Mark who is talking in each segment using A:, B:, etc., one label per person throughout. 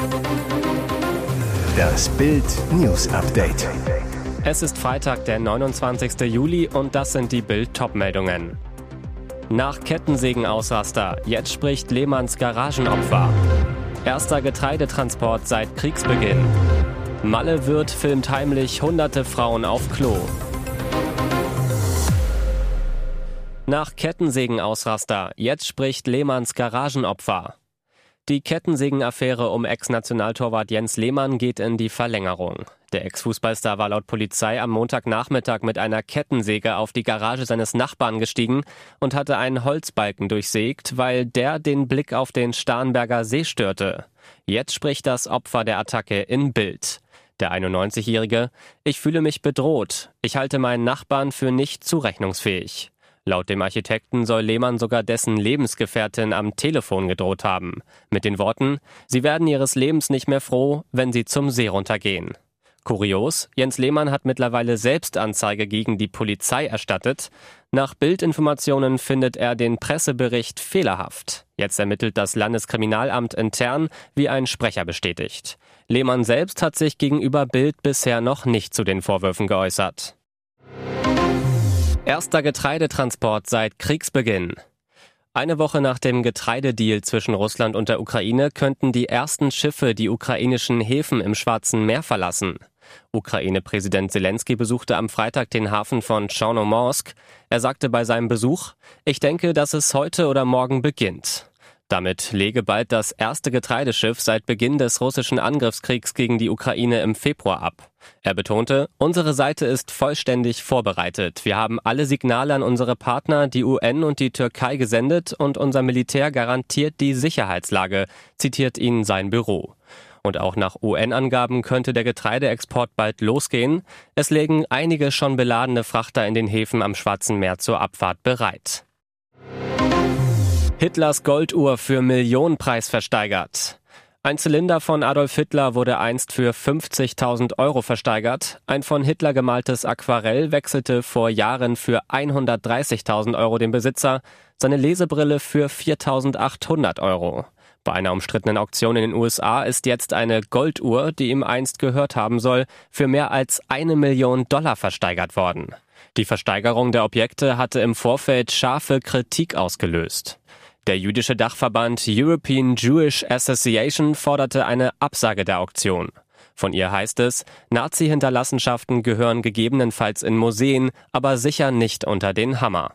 A: Das Bild News Update.
B: Es ist Freitag, der 29. Juli und das sind die Bild-Top-Meldungen. Nach Kettensägenausraster, jetzt spricht Lehmanns Garagenopfer. Erster Getreidetransport seit Kriegsbeginn. Malle Wirth filmt heimlich hunderte Frauen auf Klo. Nach Kettensägenausraster, jetzt spricht Lehmanns Garagenopfer. Die Kettensägen-Affäre um Ex-Nationaltorwart Jens Lehmann geht in die Verlängerung. Der Ex-Fußballstar war laut Polizei am Montagnachmittag mit einer Kettensäge auf die Garage seines Nachbarn gestiegen und hatte einen Holzbalken durchsägt, weil der den Blick auf den Starnberger See störte. Jetzt spricht das Opfer der Attacke in Bild. Der 91-Jährige: Ich fühle mich bedroht. Ich halte meinen Nachbarn für nicht zurechnungsfähig. Laut dem Architekten soll Lehmann sogar dessen Lebensgefährtin am Telefon gedroht haben. Mit den Worten: Sie werden ihres Lebens nicht mehr froh, wenn sie zum See runtergehen. Kurios: Jens Lehmann hat mittlerweile selbst Anzeige gegen die Polizei erstattet. Nach Bildinformationen findet er den Pressebericht fehlerhaft. Jetzt ermittelt das Landeskriminalamt intern, wie ein Sprecher bestätigt. Lehmann selbst hat sich gegenüber Bild bisher noch nicht zu den Vorwürfen geäußert. Erster Getreidetransport seit Kriegsbeginn. Eine Woche nach dem Getreidedeal zwischen Russland und der Ukraine könnten die ersten Schiffe die ukrainischen Häfen im Schwarzen Meer verlassen. Ukraine-Präsident Selenskyj besuchte am Freitag den Hafen von Tschornomorsk. Er sagte bei seinem Besuch: Ich denke, dass es heute oder morgen beginnt. Damit lege bald das erste Getreideschiff seit Beginn des russischen Angriffskriegs gegen die Ukraine im Februar ab. Er betonte: Unsere Seite ist vollständig vorbereitet. Wir haben alle Signale an unsere Partner, die UN und die Türkei gesendet und unser Militär garantiert die Sicherheitslage, zitiert ihn sein Büro. Und auch nach UN-Angaben könnte der Getreideexport bald losgehen. Es legen einige schon beladene Frachter in den Häfen am Schwarzen Meer zur Abfahrt bereit. Hitlers Golduhr für Millionenpreis versteigert. Ein Zylinder von Adolf Hitler wurde einst für 50.000 Euro versteigert. Ein von Hitler gemaltes Aquarell wechselte vor Jahren für 130.000 Euro den Besitzer, seine Lesebrille für 4.800 Euro. Bei einer umstrittenen Auktion in den USA ist jetzt eine Golduhr, die ihm einst gehört haben soll, für mehr als $1 Million versteigert worden. Die Versteigerung der Objekte hatte im Vorfeld scharfe Kritik ausgelöst. Der jüdische Dachverband European Jewish Association forderte eine Absage der Auktion. Von ihr heißt es: Nazi-Hinterlassenschaften gehören gegebenenfalls in Museen, aber sicher nicht unter den Hammer.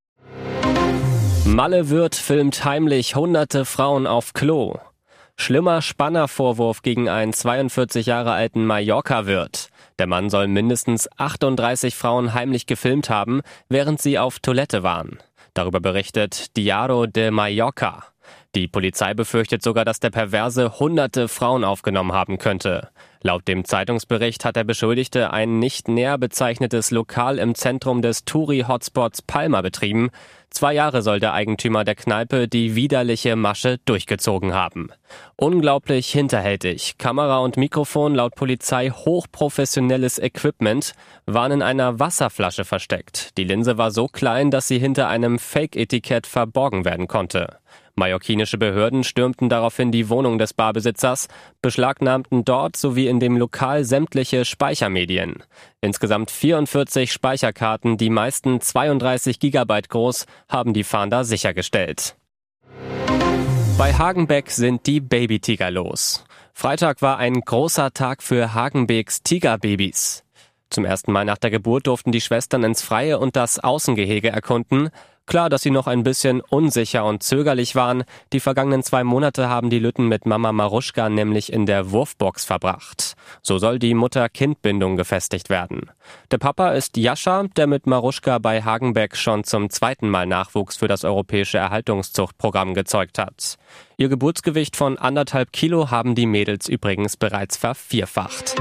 B: Malle Wirth filmt heimlich hunderte Frauen auf Klo. Schlimmer Spannervorwurf gegen einen 42 Jahre alten Mallorca-Wirt. Der Mann soll mindestens 38 Frauen heimlich gefilmt haben, während sie auf Toilette waren. Darüber berichtet Diario de Mallorca. Die Polizei befürchtet sogar, dass der Perverse hunderte Frauen aufgenommen haben könnte. Laut dem Zeitungsbericht hat der Beschuldigte ein nicht näher bezeichnetes Lokal im Zentrum des Touri-Hotspots Palma betrieben. 2 Jahre soll der Eigentümer der Kneipe die widerliche Masche durchgezogen haben. Unglaublich hinterhältig. Kamera und Mikrofon, laut Polizei hochprofessionelles Equipment, waren in einer Wasserflasche versteckt. Die Linse war so klein, dass sie hinter einem Fake-Etikett verborgen werden konnte. Mallorquinische Behörden stürmten daraufhin die Wohnung des Barbesitzers, beschlagnahmten dort sowie in dem Lokal sämtliche Speichermedien. Insgesamt 44 Speicherkarten, die meisten 32 Gigabyte groß, haben die Fahnder sichergestellt. Bei Hagenbeck sind die Babytiger los. Freitag war ein großer Tag für Hagenbecks Tigerbabys. Zum ersten Mal nach der Geburt durften die Schwestern ins Freie und das Außengehege erkunden. Klar, dass sie noch ein bisschen unsicher und zögerlich waren. Die vergangenen 2 Monate haben die Lütten mit Mama Maruschka nämlich in der Wurfbox verbracht. So soll die Mutter-Kind-Bindung gefestigt werden. Der Papa ist Jascha, der mit Maruschka bei Hagenbeck schon zum 2. Mal Nachwuchs für das europäische Erhaltungszuchtprogramm gezeugt hat. Ihr Geburtsgewicht von 1,5 Kilo haben die Mädels übrigens bereits vervierfacht.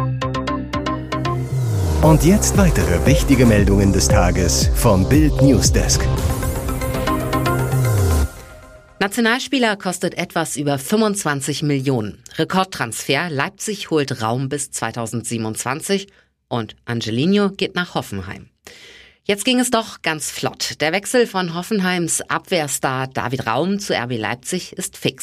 A: Und jetzt weitere wichtige Meldungen des Tages vom Bild Newsdesk.
C: Nationalspieler kostet etwas über 25 Millionen. Rekordtransfer: Leipzig holt Raum bis 2027 und Angelino geht nach Hoffenheim. Jetzt ging es doch ganz flott. Der Wechsel von Hoffenheims Abwehrstar David Raum zu RB Leipzig ist fix.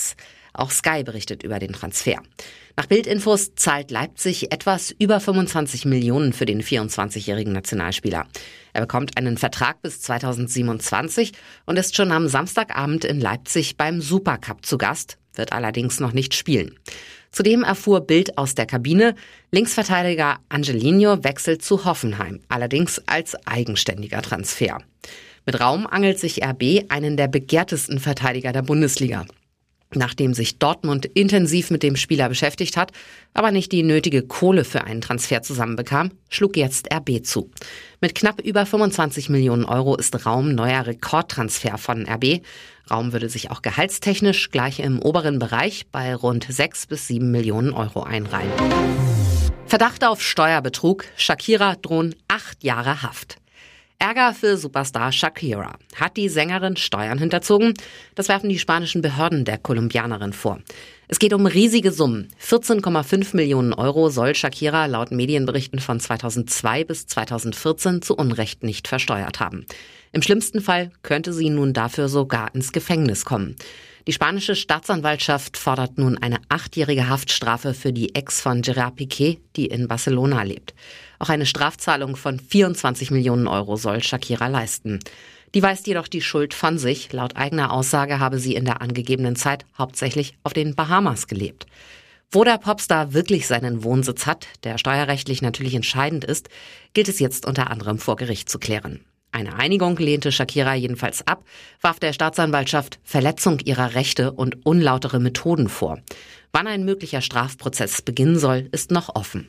C: Auch Sky berichtet über den Transfer. Nach Bild-Infos zahlt Leipzig etwas über 25 Millionen für den 24-jährigen Nationalspieler. Er bekommt einen Vertrag bis 2027 und ist schon am Samstagabend in Leipzig beim Supercup zu Gast, wird allerdings noch nicht spielen. Zudem erfuhr Bild aus der Kabine, Linksverteidiger Angelino wechselt zu Hoffenheim, allerdings als eigenständiger Transfer. Mit Raum angelt sich RB einen der begehrtesten Verteidiger der Bundesliga. Nachdem sich Dortmund intensiv mit dem Spieler beschäftigt hat, aber nicht die nötige Kohle für einen Transfer zusammenbekam, schlug jetzt RB zu. Mit knapp über 25 Millionen Euro ist Raum neuer Rekordtransfer von RB. Raum würde sich auch gehaltstechnisch gleich im oberen Bereich bei rund 6 bis 7 Millionen Euro einreihen. Verdacht auf Steuerbetrug, Shakira drohen 8 Jahre Haft. Ärger für Superstar Shakira. Hat die Sängerin Steuern hinterzogen? Das werfen die spanischen Behörden der Kolumbianerin vor. Es geht um riesige Summen. 14,5 Millionen Euro soll Shakira laut Medienberichten von 2002 bis 2014 zu Unrecht nicht versteuert haben. Im schlimmsten Fall könnte sie nun dafür sogar ins Gefängnis kommen. Die spanische Staatsanwaltschaft fordert nun eine 8-jährige Haftstrafe für die Ex von Gerard Piqué, die in Barcelona lebt. Auch eine Strafzahlung von 24 Millionen Euro soll Shakira leisten. Die weist jedoch die Schuld von sich. Laut eigener Aussage habe sie in der angegebenen Zeit hauptsächlich auf den Bahamas gelebt. Wo der Popstar wirklich seinen Wohnsitz hat, der steuerrechtlich natürlich entscheidend ist, gilt es jetzt unter anderem vor Gericht zu klären. Eine Einigung lehnte Shakira jedenfalls ab, warf der Staatsanwaltschaft Verletzung ihrer Rechte und unlautere Methoden vor. Wann ein möglicher Strafprozess beginnen soll, ist noch offen.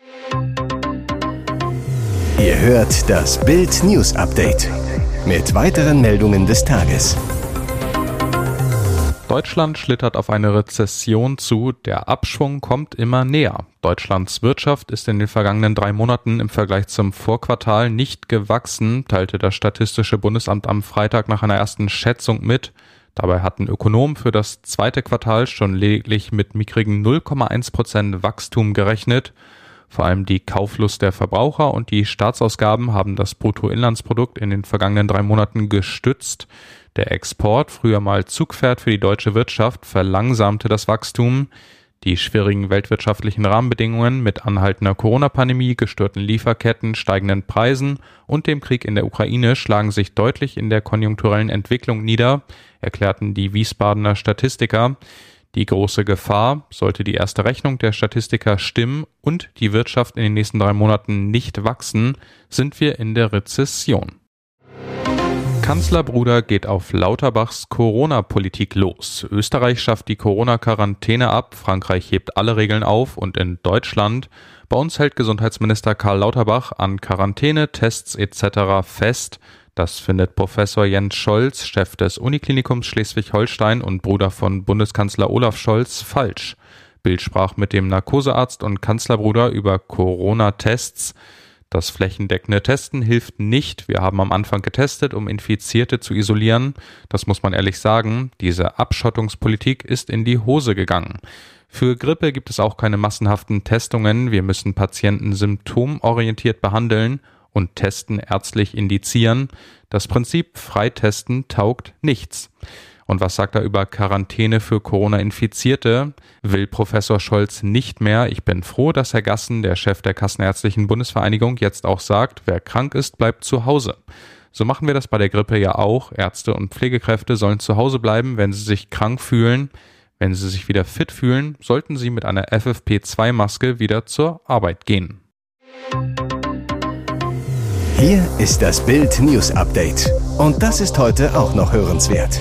A: Ihr hört das Bild News Update mit weiteren Meldungen des Tages.
D: Deutschland schlittert auf eine Rezession zu, der Abschwung kommt immer näher. Deutschlands Wirtschaft ist in den vergangenen 3 Monaten im Vergleich zum Vorquartal nicht gewachsen, teilte das Statistische Bundesamt am Freitag nach einer ersten Schätzung mit. Dabei hatten Ökonomen für das zweite Quartal schon lediglich mit mickrigen 0,1% Wachstum gerechnet. Vor allem die Kauflust der Verbraucher und die Staatsausgaben haben das Bruttoinlandsprodukt in den vergangenen 3 Monaten gestützt. Der Export, früher mal Zugpferd für die deutsche Wirtschaft, verlangsamte das Wachstum. Die schwierigen weltwirtschaftlichen Rahmenbedingungen mit anhaltender Corona-Pandemie, gestörten Lieferketten, steigenden Preisen und dem Krieg in der Ukraine schlagen sich deutlich in der konjunkturellen Entwicklung nieder, erklärten die Wiesbadener Statistiker. Die große Gefahr, sollte die erste Rechnung der Statistiker stimmen und die Wirtschaft in den nächsten 3 Monaten nicht wachsen, sind wir in der Rezession. Kanzlerbruder geht auf Lauterbachs Corona-Politik los. Österreich schafft die Corona-Quarantäne ab, Frankreich hebt alle Regeln auf und in Deutschland, bei uns hält Gesundheitsminister Karl Lauterbach an Quarantäne, Tests etc. fest. Das findet Professor Jens Scholz, Chef des Uniklinikums Schleswig-Holstein und Bruder von Bundeskanzler Olaf Scholz, falsch. Bild sprach mit dem Narkosearzt und Kanzlerbruder über Corona-Tests. Das flächendeckende Testen hilft nicht. Wir haben am Anfang getestet, um Infizierte zu isolieren. Das muss man ehrlich sagen. Diese Abschottungspolitik ist in die Hose gegangen. Für Grippe gibt es auch keine massenhaften Testungen. Wir müssen Patienten symptomorientiert behandeln und Testen ärztlich indizieren. Das Prinzip Freitesten taugt nichts. Und was sagt er über Quarantäne für Corona-Infizierte? Will Professor Scholz nicht mehr. Ich bin froh, dass Herr Gassen, der Chef der Kassenärztlichen Bundesvereinigung, jetzt auch sagt, wer krank ist, bleibt zu Hause. So machen wir das bei der Grippe ja auch. Ärzte und Pflegekräfte sollen zu Hause bleiben, wenn sie sich krank fühlen. Wenn sie sich wieder fit fühlen, sollten sie mit einer FFP2-Maske wieder zur Arbeit gehen.
A: Hier ist das Bild News Update. Und das ist heute auch noch hörenswert.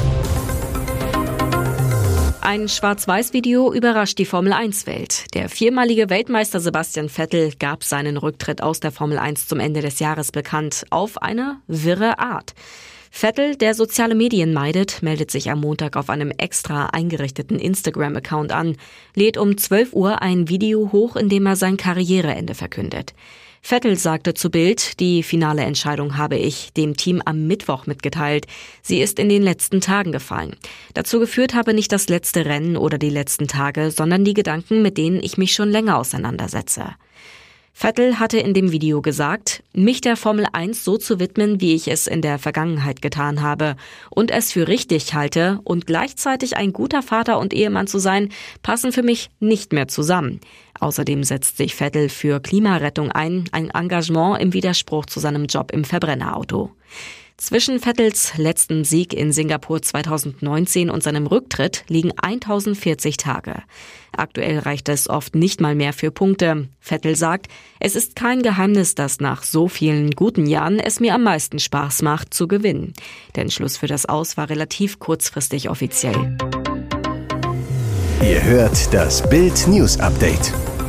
E: Ein Schwarz-Weiß-Video überrascht die Formel-1-Welt. Der 4-malige Weltmeister Sebastian Vettel gab seinen Rücktritt aus der Formel 1 zum Ende des Jahres bekannt, auf eine wirre Art. Vettel, der soziale Medien meidet, meldet sich am Montag auf einem extra eingerichteten Instagram-Account an, lädt um 12 Uhr ein Video hoch, in dem er sein Karriereende verkündet. Vettel sagte zu Bild, die finale Entscheidung habe ich dem Team am Mittwoch mitgeteilt. Sie ist in den letzten Tagen gefallen. Dazu geführt habe nicht das letzte Rennen oder die letzten Tage, sondern die Gedanken, mit denen ich mich schon länger auseinandersetze. Vettel hatte in dem Video gesagt, mich der Formel 1 so zu widmen, wie ich es in der Vergangenheit getan habe und es für richtig halte und gleichzeitig ein guter Vater und Ehemann zu sein, passen für mich nicht mehr zusammen. Außerdem setzt sich Vettel für Klimarettung ein Engagement im Widerspruch zu seinem Job im Verbrennerauto. Zwischen Vettels letzten Sieg in Singapur 2019 und seinem Rücktritt liegen 1040 Tage. Aktuell reicht es oft nicht mal mehr für Punkte. Vettel sagt, es ist kein Geheimnis, dass nach so vielen guten Jahren es mir am meisten Spaß macht, zu gewinnen. Der Entschluss für das Aus war relativ kurzfristig offiziell.
A: Ihr hört das Bild News Update.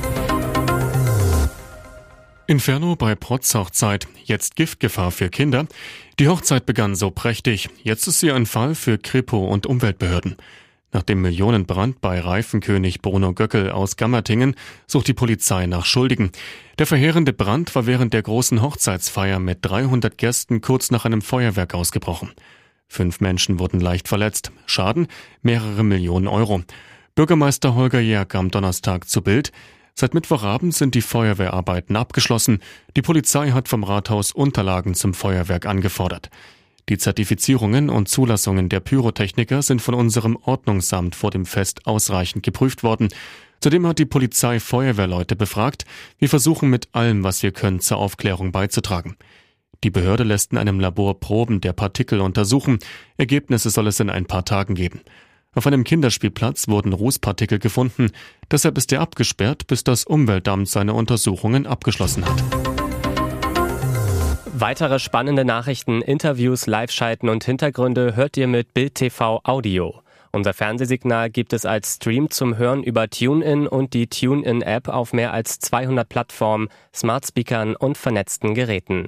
F: Inferno bei Protz-Hochzeit. Jetzt Giftgefahr für Kinder. Die Hochzeit begann so prächtig. Jetzt ist sie ein Fall für Kripo und Umweltbehörden. Nach dem Millionenbrand bei Reifenkönig Bruno Göckel aus Gammertingen sucht die Polizei nach Schuldigen. Der verheerende Brand war während der großen Hochzeitsfeier mit 300 Gästen kurz nach einem Feuerwerk ausgebrochen. 5 Menschen wurden leicht verletzt. Schaden mehrere Millionen Euro. Bürgermeister Holger Jerk am Donnerstag zu Bild. Seit Mittwochabend sind die Feuerwehrarbeiten abgeschlossen. Die Polizei hat vom Rathaus Unterlagen zum Feuerwerk angefordert. Die Zertifizierungen und Zulassungen der Pyrotechniker sind von unserem Ordnungsamt vor dem Fest ausreichend geprüft worden. Zudem hat die Polizei Feuerwehrleute befragt. Wir versuchen mit allem, was wir können, zur Aufklärung beizutragen. Die Behörde lässt in einem Labor Proben der Partikel untersuchen. Ergebnisse soll es in ein paar Tagen geben. Auf einem Kinderspielplatz wurden Rußpartikel gefunden. Deshalb ist er abgesperrt, bis das Umweltamt seine Untersuchungen abgeschlossen hat.
B: Weitere spannende Nachrichten, Interviews, Live-Schalten und Hintergründe hört ihr mit Bild TV Audio. Unser Fernsehsignal gibt es als Stream zum Hören über TuneIn und die TuneIn-App auf mehr als 200 Plattformen, Smart-Speakern und vernetzten Geräten.